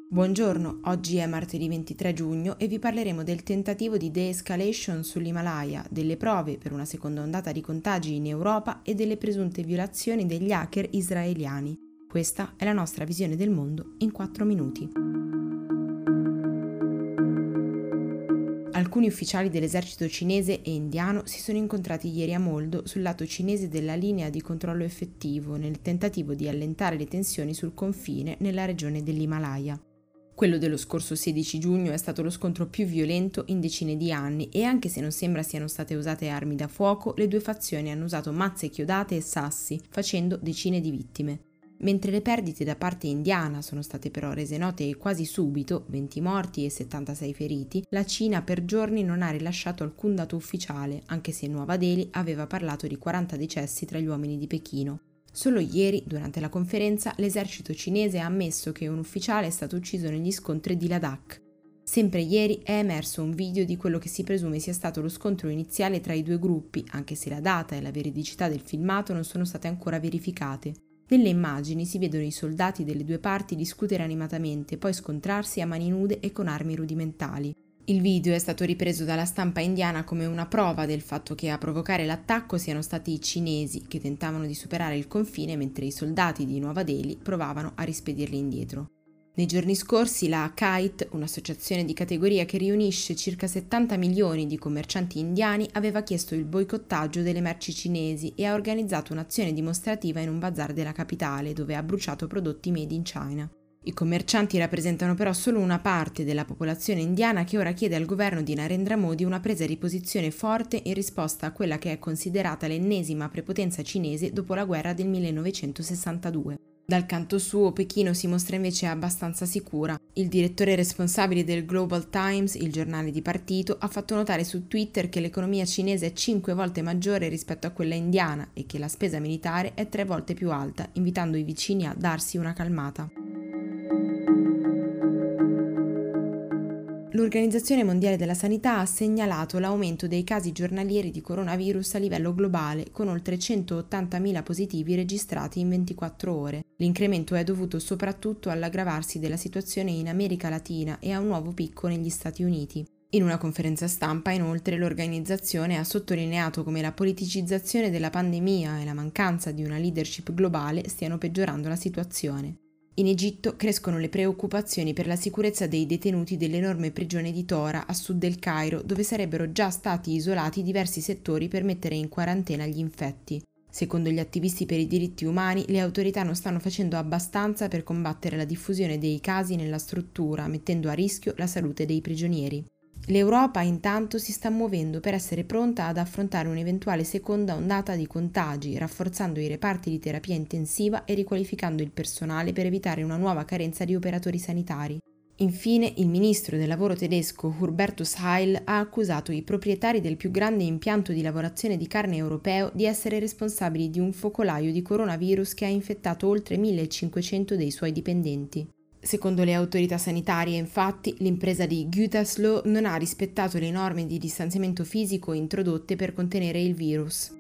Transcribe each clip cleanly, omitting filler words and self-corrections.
Buongiorno, oggi è martedì 23 giugno e vi parleremo del tentativo di de-escalation sull'Himalaya, delle prove per una seconda ondata di contagi in Europa e delle presunte violazioni degli hacker israeliani. Questa è la nostra visione del mondo in 4 minuti. Alcuni ufficiali dell'esercito cinese e indiano si sono incontrati ieri a Moldo sul lato cinese della linea di controllo effettivo nel tentativo di allentare le tensioni sul confine nella regione dell'Himalaya. Quello dello scorso 16 giugno è stato lo scontro più violento in decine di anni e anche se non sembra siano state usate armi da fuoco, le due fazioni hanno usato mazze chiodate e sassi, facendo decine di vittime. Mentre le perdite da parte indiana sono state però rese note quasi subito, 20 morti e 76 feriti, la Cina per giorni non ha rilasciato alcun dato ufficiale, anche se Nuova Delhi aveva parlato di 40 decessi tra gli uomini di Pechino. Solo ieri, durante la conferenza, l'esercito cinese ha ammesso che un ufficiale è stato ucciso negli scontri di Ladakh. Sempre ieri è emerso un video di quello che si presume sia stato lo scontro iniziale tra i due gruppi, anche se la data e la veridicità del filmato non sono state ancora verificate. Nelle immagini si vedono i soldati delle due parti discutere animatamente, poi scontrarsi a mani nude e con armi rudimentali. Il video è stato ripreso dalla stampa indiana come una prova del fatto che a provocare l'attacco siano stati i cinesi, che tentavano di superare il confine mentre i soldati di Nuova Delhi provavano a rispedirli indietro. Nei giorni scorsi la KITE, un'associazione di categoria che riunisce circa 70 milioni di commercianti indiani, aveva chiesto il boicottaggio delle merci cinesi e ha organizzato un'azione dimostrativa in un bazar della capitale, dove ha bruciato prodotti made in China. I commercianti rappresentano però solo una parte della popolazione indiana che ora chiede al governo di Narendra Modi una presa di posizione forte in risposta a quella che è considerata l'ennesima prepotenza cinese dopo la guerra del 1962. Dal canto suo, Pechino si mostra invece abbastanza sicura. Il direttore responsabile del Global Times, il giornale di partito, ha fatto notare su Twitter che l'economia cinese è 5 volte maggiore rispetto a quella indiana e che la spesa militare è 3 volte più alta, invitando i vicini a darsi una calmata. L'Organizzazione Mondiale della Sanità ha segnalato l'aumento dei casi giornalieri di coronavirus a livello globale, con oltre 180.000 positivi registrati in 24 ore. L'incremento è dovuto soprattutto all'aggravarsi della situazione in America Latina e a un nuovo picco negli Stati Uniti. In una conferenza stampa, inoltre, l'organizzazione ha sottolineato come la politicizzazione della pandemia e la mancanza di una leadership globale stiano peggiorando la situazione. In Egitto crescono le preoccupazioni per la sicurezza dei detenuti dell'enorme prigione di Tora a sud del Cairo, dove sarebbero già stati isolati diversi settori per mettere in quarantena gli infetti. Secondo gli attivisti per i diritti umani, le autorità non stanno facendo abbastanza per combattere la diffusione dei casi nella struttura, mettendo a rischio la salute dei prigionieri. L'Europa intanto si sta muovendo per essere pronta ad affrontare un'eventuale seconda ondata di contagi, rafforzando i reparti di terapia intensiva e riqualificando il personale per evitare una nuova carenza di operatori sanitari. Infine, il ministro del lavoro tedesco Hubertus Heil ha accusato i proprietari del più grande impianto di lavorazione di carne europeo di essere responsabili di un focolaio di coronavirus che ha infettato oltre 1.500 dei suoi dipendenti. Secondo le autorità sanitarie, infatti, l'impresa di Gütersloh non ha rispettato le norme di distanziamento fisico introdotte per contenere il virus.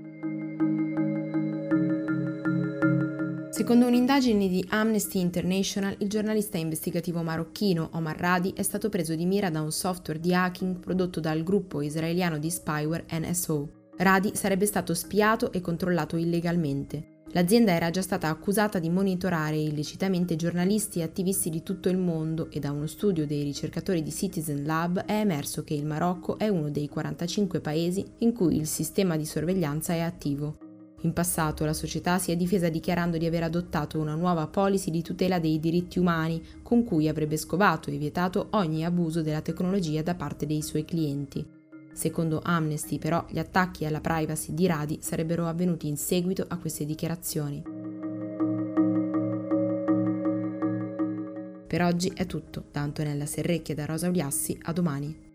Secondo un'indagine di Amnesty International, il giornalista investigativo marocchino Omar Radi è stato preso di mira da un software di hacking prodotto dal gruppo israeliano di spyware NSO. Radi sarebbe stato spiato e controllato illegalmente. L'azienda era già stata accusata di monitorare illecitamente giornalisti e attivisti di tutto il mondo e da uno studio dei ricercatori di Citizen Lab è emerso che il Marocco è uno dei 45 paesi in cui il sistema di sorveglianza è attivo. In passato la società si è difesa dichiarando di aver adottato una nuova policy di tutela dei diritti umani con cui avrebbe scovato e vietato ogni abuso della tecnologia da parte dei suoi clienti. Secondo Amnesty, però, gli attacchi alla privacy di Radi sarebbero avvenuti in seguito a queste dichiarazioni. Per oggi è tutto. Da Antonella Serrecchia e da Rosa Uliassi, a domani.